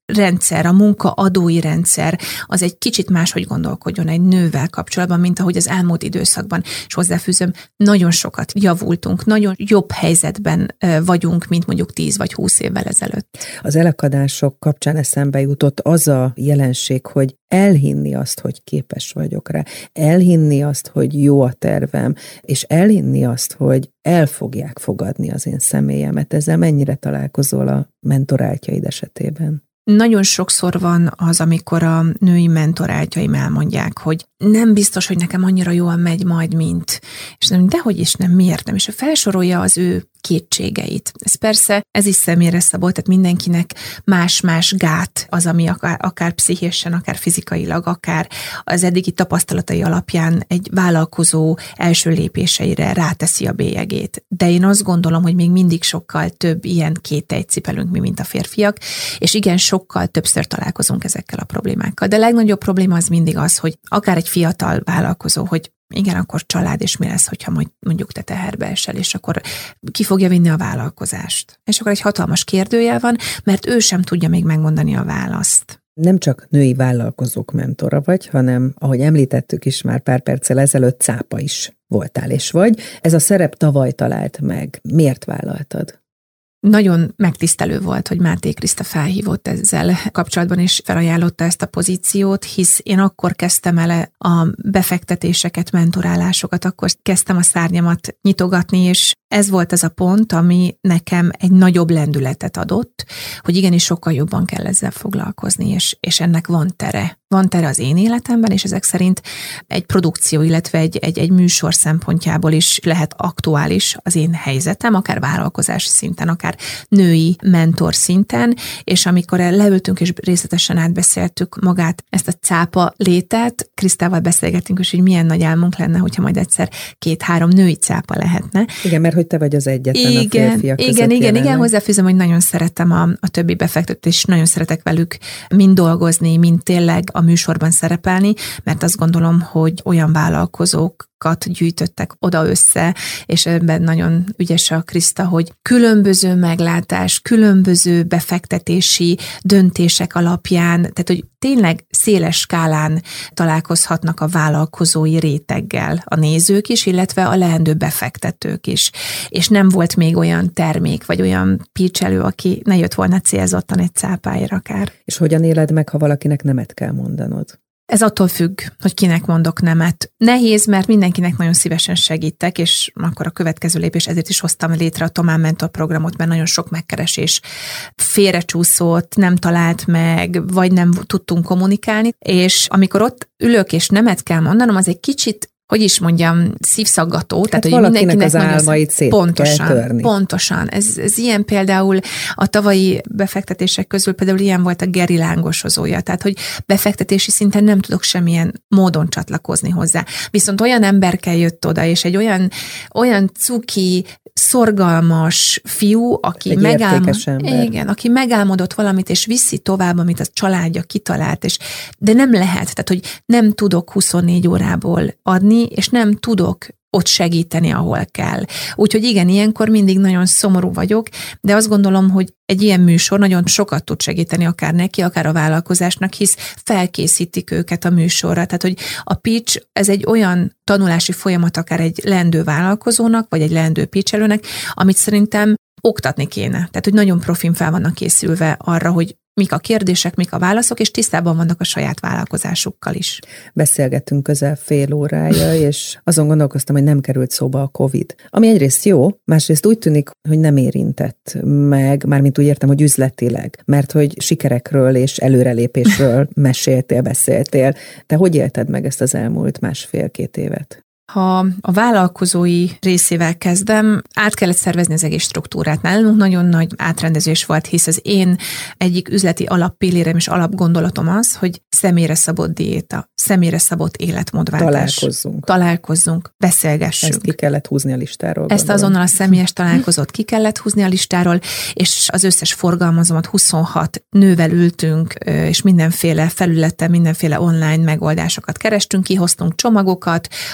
rendszer, a munkaadói rendszer, az egy kicsit máshogy gondolkodjon egy nővel kapcsolatban, mint ahogy az elmúlt időszakban. És hozzáfűzöm, nagyon sokat javultunk, nagyon jobb helyzetben vagyunk, mint mondjuk tíz vagy húsz évvel ezelőtt. Az elakadások kapcsán eszembe jutott az a jelenség, hogy elhinni azt, hogy képes vagyok rá, elhinni azt, hogy jó a tervem, és elhinni azt, hogy el fogják fogadni az én személyemet. Ezzel mennyire találkozol a mentoráltjaid esetében? Nagyon sokszor van az, amikor a női mentoráltjaim elmondják, hogy nem biztos, hogy nekem annyira jól megy majd, mint. És nem, dehogy is nem, miért nem. És felsorolja az ő kétségeit. Ez persze, ez is személyre szabott, tehát mindenkinek más-más gát az, ami akár, akár pszichésen, akár fizikailag, akár az eddigi tapasztalatai alapján egy vállalkozó első lépéseire ráteszi a bélyegét. De én azt gondolom, hogy még mindig sokkal több ilyen kételycipelünk mi, mint a férfiak, és igen, sokkal többször találkozunk ezekkel a problémákkal. De a legnagyobb probléma az mindig az, hogy akár egy fiatal vállalkozó, hogy igen, akkor család, és mi lesz, hogyha mondjuk te teherbe esel, és akkor ki fogja vinni a vállalkozást. És akkor egy hatalmas kérdőjel van, mert ő sem tudja még megmondani a választ. Nem csak női vállalkozók mentora vagy, hanem, ahogy említettük is már pár perccel ezelőtt, cápa is voltál és vagy. Ez a szerep tavaly talált meg. Miért vállaltad? Nagyon megtisztelő volt, hogy Máté Kriszta felhívott ezzel kapcsolatban, és felajánlotta ezt a pozíciót, hisz én akkor kezdtem el a befektetéseket, mentorálásokat, akkor kezdtem a szárnyamat nyitogatni, és ez volt az a pont, ami nekem egy nagyobb lendületet adott, hogy igenis sokkal jobban kell ezzel foglalkozni, és, és ennek van tere. Van tere az én életemben, és ezek szerint egy produkció, illetve egy, egy, egy műsor szempontjából is lehet aktuális az én helyzetem, akár vállalkozási szinten, akár női mentor szinten, és amikor leültünk és részletesen átbeszéltük magát, ezt a cápa létet, Krisztával beszélgettünk, és hogy milyen nagy álmunk lenne, hogyha majd egyszer két-három női cápa lehetne. Igen, mert hogy te vagy az egyetlen igen, a férfiak között. Igen, igen, igen, hozzáfűzöm, hogy nagyon szeretem a, a többi befektetést, nagyon szeretek velük mind dolgozni, mind tényleg a műsorban szerepelni, mert azt gondolom, hogy olyan vállalkozók gyűjtöttek oda össze, és ebben nagyon ügyes a Kriszta, hogy különböző meglátás, különböző befektetési döntések alapján, tehát hogy tényleg széles skálán találkozhatnak a vállalkozói réteggel a nézők is, illetve a leendő befektetők is. És nem volt még olyan termék, vagy olyan pitchelő, aki ne jött volna célzottan egy cápáért akár. És hogyan éled meg, ha valakinek nemet kell mondanod? Ez attól függ, hogy kinek mondok nemet. Nehéz, mert mindenkinek nagyon szívesen segítek, és akkor a következő lépés, ezért is hoztam létre a Tomán Mentor programot, mert nagyon sok megkeresés félrecsúszott, nem talált meg, vagy nem tudtunk kommunikálni, és amikor ott ülök, és nemet kell mondanom, az egy kicsit, hogy is mondjam, szívszaggató. Hát tehát, hogy mindenkinek az álmait szét pontosan, kell törni. Pontosan. Ez, ez ilyen például a tavalyi befektetések közül például ilyen volt a Geri lángosozója. Tehát, hogy befektetési szinten nem tudok semmilyen módon csatlakozni hozzá. Viszont olyan emberkel jött oda, és egy olyan, olyan cuki, szorgalmas fiú, aki, megálmod, igen, aki megálmodott valamit, és viszi tovább, amit a családja kitalált, és, de nem lehet, tehát, hogy nem tudok huszonnégy órából adni, és nem tudok ott segíteni, ahol kell. Úgyhogy igen, ilyenkor mindig nagyon szomorú vagyok, de azt gondolom, hogy egy ilyen műsor nagyon sokat tud segíteni akár neki, akár a vállalkozásnak, hisz felkészítik őket a műsorra. Tehát, hogy a pitch, ez egy olyan tanulási folyamat akár egy leendő vállalkozónak, vagy egy leendő pitchelőnek, amit szerintem oktatni kéne. Tehát, hogy nagyon profin fel vannak készülve arra, hogy mik a kérdések, mik a válaszok, és tisztában vannak a saját vállalkozásukkal is. Beszélgettünk közel fél órája, és azon gondolkoztam, hogy nem került szóba a Covid. Ami egyrészt jó, másrészt úgy tűnik, hogy nem érintett meg, mármint úgy értem, hogy üzletileg, mert hogy sikerekről és előrelépésről meséltél, beszéltél. Te hogy élted meg ezt az elmúlt másfél-két évet? Ha a vállalkozói részével kezdem, át kellett szervezni az egész struktúrát. Nálunk nagyon nagy átrendezés volt, hisz az én egyik üzleti alappillérem és alapgondolatom az, hogy személyre szabott diéta, személyre szabott életmódváltás. Találkozzunk. Találkozzunk, beszélgessünk. Ezt ki kellett húzni a listáról. Ezt gondolom. Azonnal a személyes találkozót ki kellett húzni a listáról, és az összes forgalmazomat huszonhat nővel ültünk, és mindenféle felületen, mindenféle online megoldásokat kerestünk, kihoztunk csomagokat, alternatív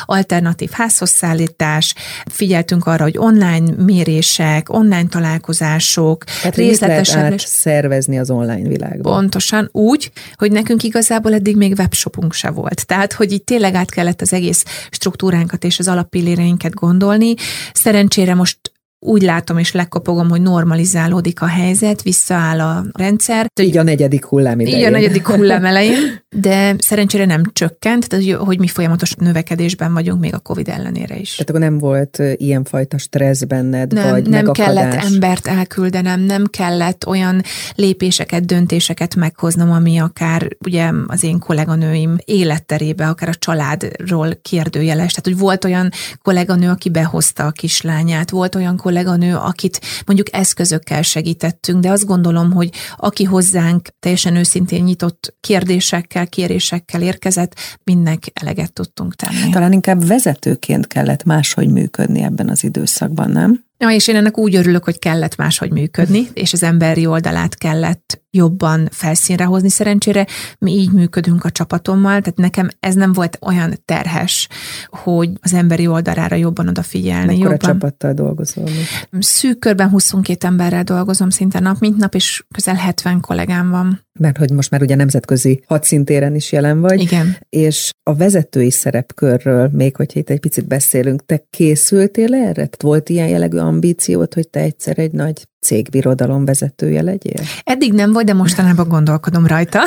alternatív házhozszállítás, figyeltünk arra, hogy online mérések, online találkozások, hát részletesen szervezni az online világban. Pontosan úgy, hogy nekünk igazából eddig még webshopunk se volt. Tehát, hogy így tényleg át kellett az egész struktúránkat és az alappilléreinket gondolni. Szerencsére most úgy látom és lekopogom, hogy normalizálódik a helyzet, visszaáll a rendszer. Így a negyedik hullám idején. Így a negyedik hullám elején, de szerencsére nem csökkent, tehát hogy mi folyamatos növekedésben vagyunk még a Covid ellenére is. Tehát akkor nem volt ilyenfajta stressz benned, nem, vagy nem megakadás? Nem kellett embert elküldenem, nem kellett olyan lépéseket, döntéseket meghoznom, ami akár ugye az én kolléganőim életterébe, akár a családról kérdőjeles. Tehát, hogy volt olyan kolléganő, aki behozta a kislányát, volt olyan kolléganő, akit mondjuk eszközökkel segítettünk, de azt gondolom, hogy aki hozzánk teljesen őszintén nyitott kérdésekkel, kérésekkel érkezett, mindnek eleget tudtunk tenni. Talán inkább vezetőként kellett máshogy működni ebben az időszakban, nem? Ja, és én ennek úgy örülök, hogy kellett máshogy működni, és az emberi oldalát kellett jobban felszínre hozni. Szerencsére mi így működünk a csapatommal, tehát nekem ez nem volt olyan terhes, hogy az emberi oldalára jobban odafigyelni. Mekkora jobban. csapattal dolgozol? Szűk körben huszonkettő emberrel dolgozom szinte nap, mint nap, és közel hetven kollégám van. Mert hogy most már ugye nemzetközi hadszintéren is jelen vagy. Igen. És a vezetői szerepkörről, még hogyha itt egy picit beszélünk, te készültél erre? Volt ilyen jellegű ambíciót, hogy te egyszer egy nagy cégbirodalom vezetője legyél? Eddig nem volt, de mostanában gondolkodom rajta.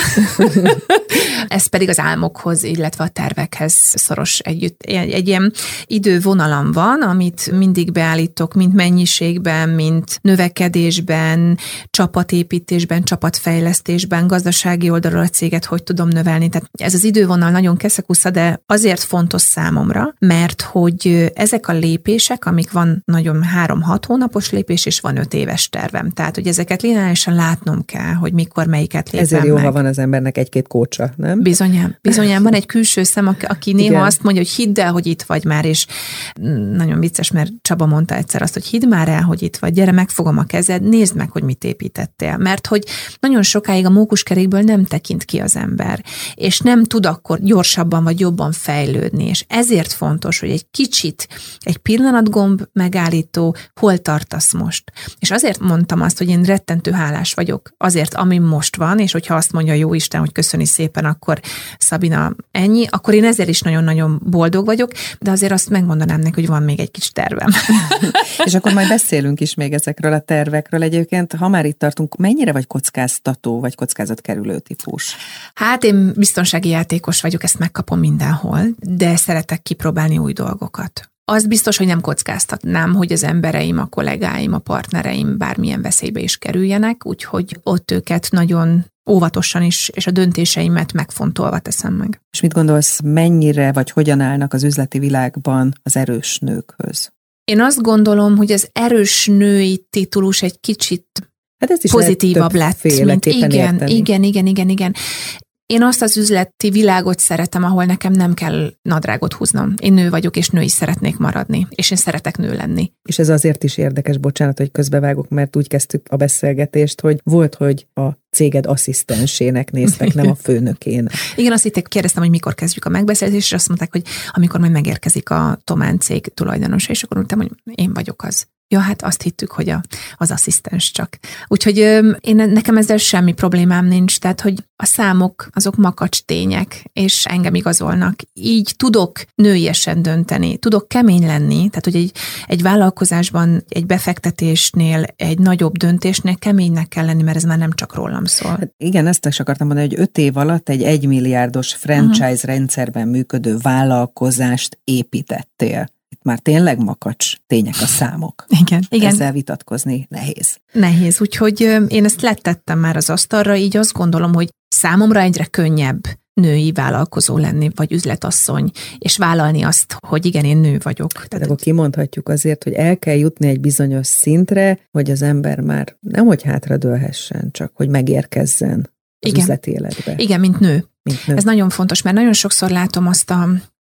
Ez pedig az álmokhoz, illetve a tervekhez szoros együtt. Egy, egy ilyen idővonalam van, amit mindig beállítok, mint mennyiségben, mint növekedésben, csapatépítésben, csapatfejlesztésben, gazdasági oldalról a céget hogy tudom növelni. Tehát ez az idővonal nagyon keszekusza, de azért fontos számomra, mert hogy ezek a lépések, amik van nagyon három-hat hónapos lépés, és van öt éves tervem. Tehát, hogy ezeket lineárisan látnom kell, hogy mikor melyiket lépem Ezért jó, meg. ha van az embernek egy-két kócsa, nem? Bizonyám. Bizonyám van egy külső szem, aki néha Igen. azt mondja, hogy hidd el, hogy itt vagy már, és nagyon vicces, mert Csaba mondta egyszer azt, hogy hidd már el, hogy itt vagy, gyere, megfogom a kezed, nézd meg, hogy mit építettél. Mert hogy nagyon sokáig a mókuskerékből nem tekint ki az ember, és nem tud akkor gyorsabban vagy jobban fejlődni, és ezért fontos, hogy egy kicsit, egy pillanatgomb megállító, hol tartasz most. És azért mondtam azt, hogy én rettentő hálás vagyok azért, ami most van, és hogyha azt mondja jó Isten, hogy köszöni szépen, akkor Szabina ennyi, akkor én ezzel is nagyon-nagyon boldog vagyok, de azért azt megmondanám neki, hogy van még egy kis tervem. És akkor majd beszélünk is még ezekről a tervekről. Egyébként, ha már itt tartunk, mennyire vagy kockáztató, vagy kockázatkerülő típus? Hát én biztonsági játékos vagyok, ezt megkapom mindenhol, de szeretek kipróbálni új dolgokat. Az biztos, hogy nem kockáztatnám, hogy az embereim, a kollégáim, a partnereim bármilyen veszélybe is kerüljenek, úgyhogy ott őket nagyon óvatosan is, és a döntéseimet megfontolva teszem meg. És mit gondolsz, mennyire vagy hogyan állnak az üzleti világban az erős nőkhöz? Én azt gondolom, hogy az erős női titulus egy kicsit hát ez is pozitívabb lett, mint igen, érteni. igen, igen, igen, igen. Én azt az üzleti világot szeretem, ahol nekem nem kell nadrágot húznom. Én nő vagyok, és nő is szeretnék maradni, és én szeretek nő lenni. És ez azért is érdekes, bocsánat, hogy közbevágok, mert úgy kezdtük a beszélgetést, hogy volt, hogy a céged asszisztensének néztek, nem a főnökének. Igen, azt hitték, kérdeztem, hogy mikor kezdjük a megbeszélést, és azt mondták, hogy amikor majd megérkezik a Tomán cég tulajdonosa, és akkor mondtam, hogy én vagyok az. Ja, hát azt hittük, hogy a, az asszisztens csak. Úgyhogy ö, én, nekem ezzel semmi problémám nincs, tehát, hogy a számok azok makacs tények, és engem igazolnak. Így tudok nőiesen dönteni, tudok kemény lenni, tehát, hogy egy, egy vállalkozásban, egy befektetésnél, egy nagyobb döntésnél keménynek kell lenni, mert ez már nem csak rólam szól. Hát igen, ezt is akartam mondani, hogy öt év alatt egy egymilliárdos franchise uh-huh. rendszerben működő vállalkozást építettél. Itt már tényleg makacs tények a számok. Igen, igen. Ezzel vitatkozni nehéz. Nehéz, úgyhogy én ezt letettem már az asztalra, így azt gondolom, hogy számomra egyre könnyebb női vállalkozó lenni, vagy üzletasszony, és vállalni azt, hogy igen, én nő vagyok. Tehát, Tehát akkor kimondhatjuk azért, hogy el kell jutni egy bizonyos szintre, hogy az ember már nem hogy hátradőlhessen, csak hogy megérkezzen az igen. üzleti életbe. Igen, mint nő. mint nő. Ez nagyon fontos, mert nagyon sokszor látom azt a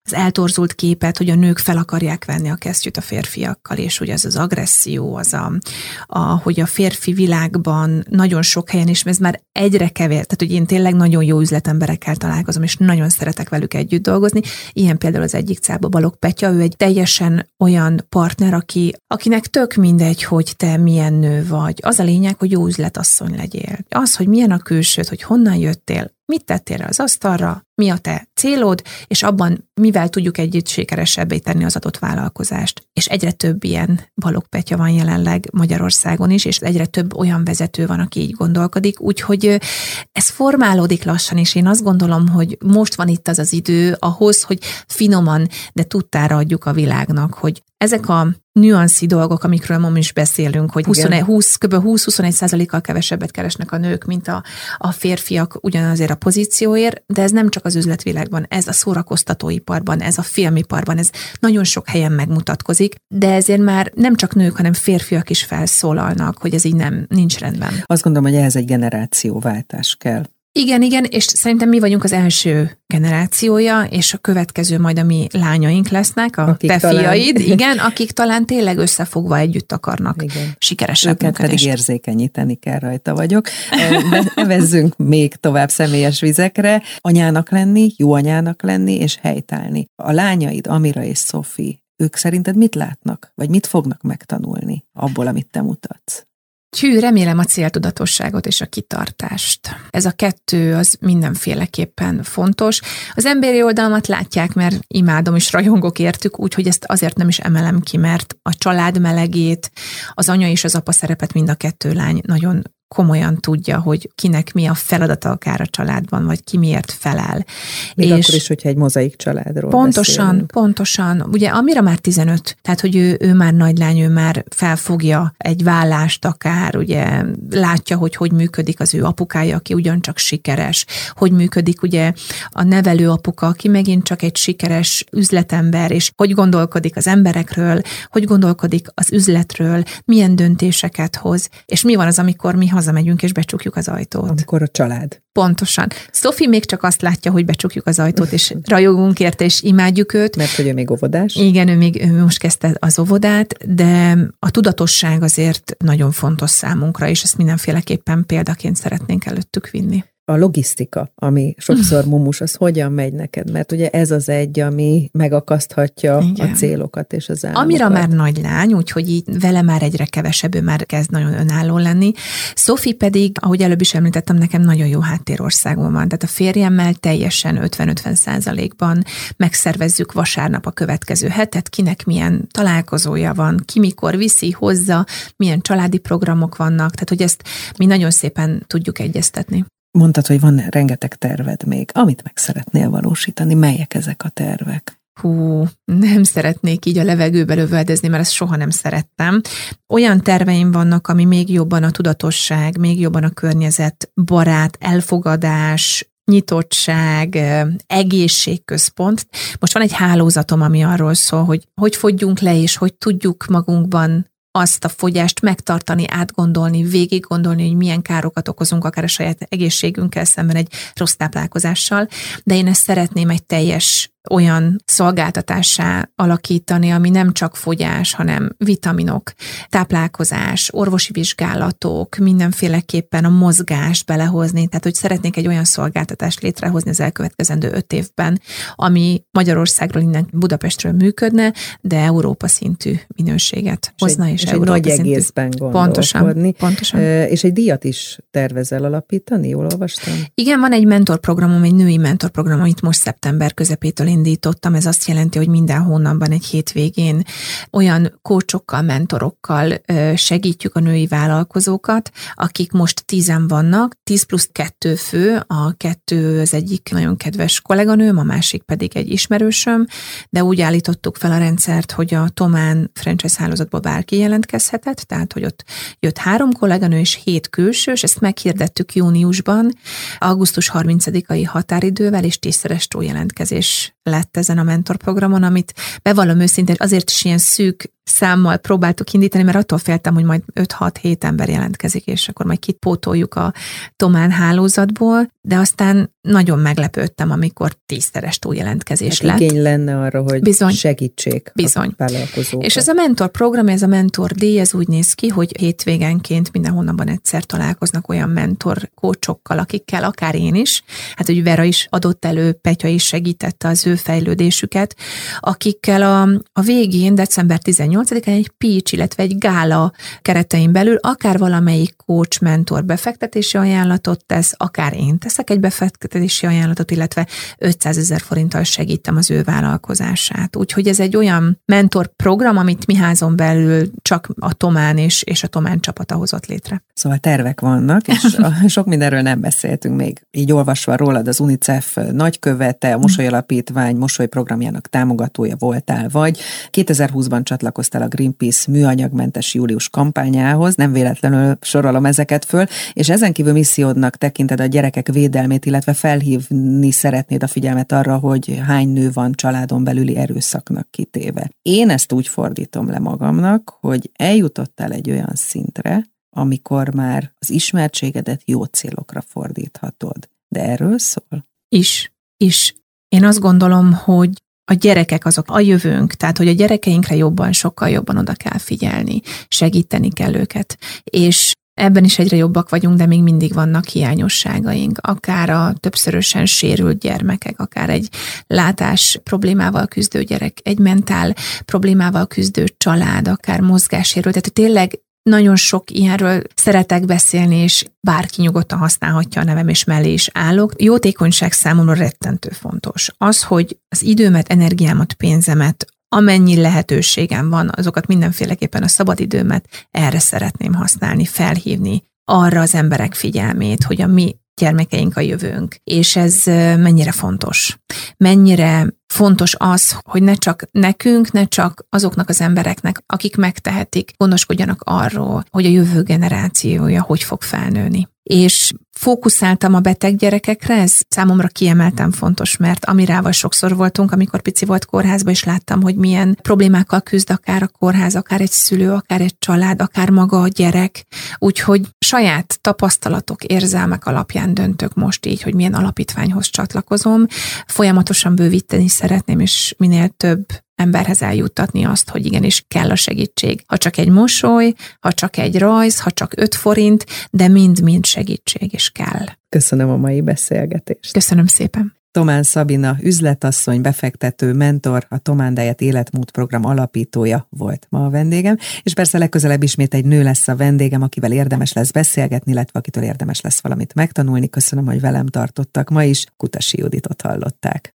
az eltorzult képet, hogy a nők fel akarják venni a kesztyűt a férfiakkal, és ugye ez az agresszió, az a, a, hogy a férfi világban nagyon sok helyen is, ez már egyre kevér, tehát hogy én tényleg nagyon jó üzletemberekkel találkozom, és nagyon szeretek velük együtt dolgozni. Ilyen például az egyik cába Balogh Petya, ő egy teljesen olyan partner, aki, akinek tök mindegy, hogy te milyen nő vagy. Az a lényeg, hogy jó üzletasszony legyél. Az, hogy milyen a külsőd, hogy honnan jöttél, mit tettél az asztalra, mi a te célod, és abban mivel tudjuk együtt sikeresebbé tenni az adott vállalkozást. És egyre több ilyen Balogh Petya van jelenleg Magyarországon is, és egyre több olyan vezető van, aki így gondolkodik, úgyhogy ez formálódik lassan, és én azt gondolom, hogy most van itt az az idő ahhoz, hogy finoman, de tudtára adjuk a világnak, hogy ezek a nüanszi dolgok, amikről ma is beszélünk, hogy huszonegy, húsz, kb. húsz-huszonegy százalékkal kevesebbet keresnek a nők, mint a, a férfiak ugyanazért a pozícióért, de ez nem csak az üzletvilágban, ez a szórakoztatóiparban, ez a filmiparban, ez nagyon sok helyen megmutatkozik, de ezért már nem csak nők, hanem férfiak is felszólalnak, hogy ez így nem, nincs rendben. Azt gondolom, hogy ehhez egy generációváltás kell. Igen, igen, és szerintem mi vagyunk az első generációja, és a következő majd a mi lányaink lesznek, a akik te talán... fiaid, igen, akik talán tényleg összefogva együtt akarnak igen. sikeresebb Őket pedig érzékenyíteni kell, rajta vagyok. De nevezzünk még tovább személyes vizekre. Anyának lenni, jó anyának lenni, és helytállni. A lányaid, Amira és Szofi, ők szerinted mit látnak, vagy mit fognak megtanulni abból, amit te mutatsz? Hű, remélem a céltudatosságot és a kitartást. Ez a kettő az mindenféleképpen fontos. Az emberi oldalamat látják, mert imádom és rajongok értük, úgyhogy ezt azért nem is emelem ki, mert a család melegét, az anya és az apa szerepet mind a kettő lány nagyon komolyan tudja, hogy kinek mi a feladata akár a családban, vagy ki miért felel. Még és akkor is, hogyha egy mozaik családról Pontosan, beszélünk. pontosan. Ugye Amira már tizenöt, tehát hogy ő, ő már nagylány, ő már felfogja egy vállást akár, ugye látja, hogy hogy működik az ő apukája, aki ugyancsak sikeres, hogy működik ugye a nevelő apuka, aki megint csak egy sikeres üzletember, és hogy gondolkodik az emberekről, hogy gondolkodik az üzletről, milyen döntéseket hoz, és mi van az, amikor mi hazamegyünk és becsukjuk az ajtót. Amikor a család. Pontosan. Szofi még csak azt látja, hogy becsukjuk az ajtót, és rajogunk érte, és imádjuk őt. Mert hogy ő még óvodás. Igen, ő még ő most kezdte az óvodát, de a tudatosság azért nagyon fontos számunkra, és ezt mindenféleképpen példaként szeretnénk előttük vinni. A logisztika, ami sokszor mumus, az hogyan megy neked? Mert ugye ez az egy, ami megakaszthatja igen. a célokat és az álmokat. Amira már nagy lány, úgyhogy így vele már egyre kevesebb, ő már kezd nagyon önálló lenni. Szofi pedig, ahogy előbb is említettem, nekem nagyon jó háttérországban van. Tehát a férjemmel teljesen ötven-ötven százalékban megszervezzük vasárnap a következő hetet, kinek milyen találkozója van, ki mikor viszi, hozza, milyen családi programok vannak, tehát hogy ezt mi nagyon szépen tudjuk egyeztetni. Mondtad, hogy van rengeteg terved még. Amit meg szeretnél valósítani, melyek ezek a tervek? Hú, nem szeretnék így a levegőbe lövöldezni, mert ezt soha nem szerettem. Olyan terveim vannak, ami még jobban a tudatosság, még jobban a környezet, barát, elfogadás, nyitottság, egészségközpont. Most van egy hálózatom, ami arról szól, hogy hogy fogyjunk le, és hogy tudjuk magunkban azt a fogyást megtartani, átgondolni, végig gondolni, hogy milyen károkat okozunk akár a saját egészségünkkel szemben egy rossz táplálkozással, de én ezt szeretném egy teljes olyan szolgáltatássá alakítani, ami nem csak fogyás, hanem vitaminok, táplálkozás, orvosi vizsgálatok, mindenféleképpen a mozgást belehozni, tehát hogy szeretnék egy olyan szolgáltatást létrehozni az elkövetkezendő öt évben, ami Magyarországról, innen Budapestről működne, de Európa szintű minőséget hozna, és, és, és Európa egy nagy szintű. egészben gondolkodni. Pontosan, pontosan. És egy díjat is tervezel alapítani, jól olvastam? Igen, van egy mentorprogramom, egy női mentorprogram, amit most szeptember közepétől indítottam. Ez azt jelenti, hogy minden hónapban egy hétvégén olyan coachokkal, mentorokkal segítjük a női vállalkozókat, akik most tízen vannak, tíz plusz kettő fő, a kettő az egyik nagyon kedves kolléganőm, a másik pedig egy ismerősöm, de úgy állítottuk fel a rendszert, hogy a Tomán franchise hálózatból bárki jelentkezhetett, tehát hogy ott jött három kolléganő és hét külsős, ezt meghirdettük júniusban, augusztus harmincadikai határidővel, és tízszeres túljelentkezés lett ezen a mentorprogramon, amit bevallom őszintén azért is ilyen szűk számmal próbáltuk indítani, mert attól féltem, hogy majd öt-hat-hét ember jelentkezik, és akkor majd kitpótoljuk a Tomán hálózatból, de aztán nagyon meglepődtem, amikor tízszeres túljelentkezés hát lett. Igény lenne arra, hogy bizony, segítsék bizony. a vállalkozókat. És ez a mentor program, ez a mentor díj, ez úgy néz ki, hogy hétvégenként minden hónapban egyszer találkoznak olyan mentor kócsokkal, akikkel akár én is, hát hogy Vera is adott elő, Petya is segítette az ő fejlődésüket, akikkel a, a végén, december tizennyolcadikán egy pitch, illetve egy gála keretein belül akár valamelyik coach mentor befektetési ajánlatot tesz, akár én teszek egy befektetési ajánlatot, illetve ötszázezer forinttal segítem az ő vállalkozását. Úgyhogy ez egy olyan mentor program, amit mi házon belül csak a Tomán és, és a Tomán csapata hozott létre. Szóval tervek vannak, és a, sok mindenről nem beszéltünk még. Így olvasva rólad az UNICEF nagykövete, a Mosoly Alapítvány Mosoly programjának támogatója voltál, vagy kétezer-húszban csatlakoztál a Greenpeace műanyagmentes július kampányához, nem véletlenül sorolom ezeket föl, és ezen kívül missziódnak tekinted a gyerekek védelmét, illetve felhívni szeretnéd a figyelmet arra, hogy hány nő van családon belüli erőszaknak kitéve. Én ezt úgy fordítom le magamnak, hogy eljutottál egy olyan szintre, amikor már az ismertségedet jó célokra fordíthatod. De erről szól? Is, is. Én azt gondolom, hogy a gyerekek azok a jövőnk, tehát hogy a gyerekeinkre jobban, sokkal jobban oda kell figyelni, segíteni kell őket, és ebben is egyre jobbak vagyunk, de még mindig vannak hiányosságaink, akár a többszörösen sérült gyermekek, akár egy látás problémával küzdő gyerek, egy mentál problémával küzdő család, akár mozgássérült, tehát tényleg nagyon sok ilyenről szeretek beszélni, és bárki nyugodtan használhatja a nevem, és mellé is állok. Jótékonyság számomra rettentő fontos. Az, hogy az időmet, energiámat, pénzemet, amennyi lehetőségem van, azokat mindenféleképpen a szabadidőmet erre szeretném használni, felhívni arra az emberek figyelmét, hogy a mi gyermekeink a jövőnk. És ez mennyire fontos. Mennyire fontos az, hogy ne csak nekünk, ne csak azoknak az embereknek, akik megtehetik, gondoskodjanak arról, hogy a jövő generációja hogy fog felnőni. És fókuszáltam a beteg gyerekekre, ez számomra kiemelten fontos, mert amirával sokszor voltunk, amikor pici volt kórházba, és láttam, hogy milyen problémákkal küzd akár a kórház, akár egy szülő, akár egy család, akár maga a gyerek. Úgyhogy saját tapasztalatok, érzelmek alapján döntök most így, hogy milyen alapítványhoz csatlakozom. Folyamatosan bővíteni szeretném, és minél több emberhez eljuttatni azt, hogy igenis kell a segítség. Ha csak egy mosoly, ha csak egy rajz, ha csak öt forint, de mind-mind segítség is kell. Köszönöm a mai beszélgetést. Köszönöm szépen. Tomán Szabina, üzletasszony, befektető, mentor, a Tomán Diet életmód program alapítója volt ma a vendégem, és persze legközelebb ismét egy nő lesz a vendégem, akivel érdemes lesz beszélgetni, illetve akitől érdemes lesz valamit megtanulni. Köszönöm, hogy velem tartottak ma is. Kutasi Juditot hallották.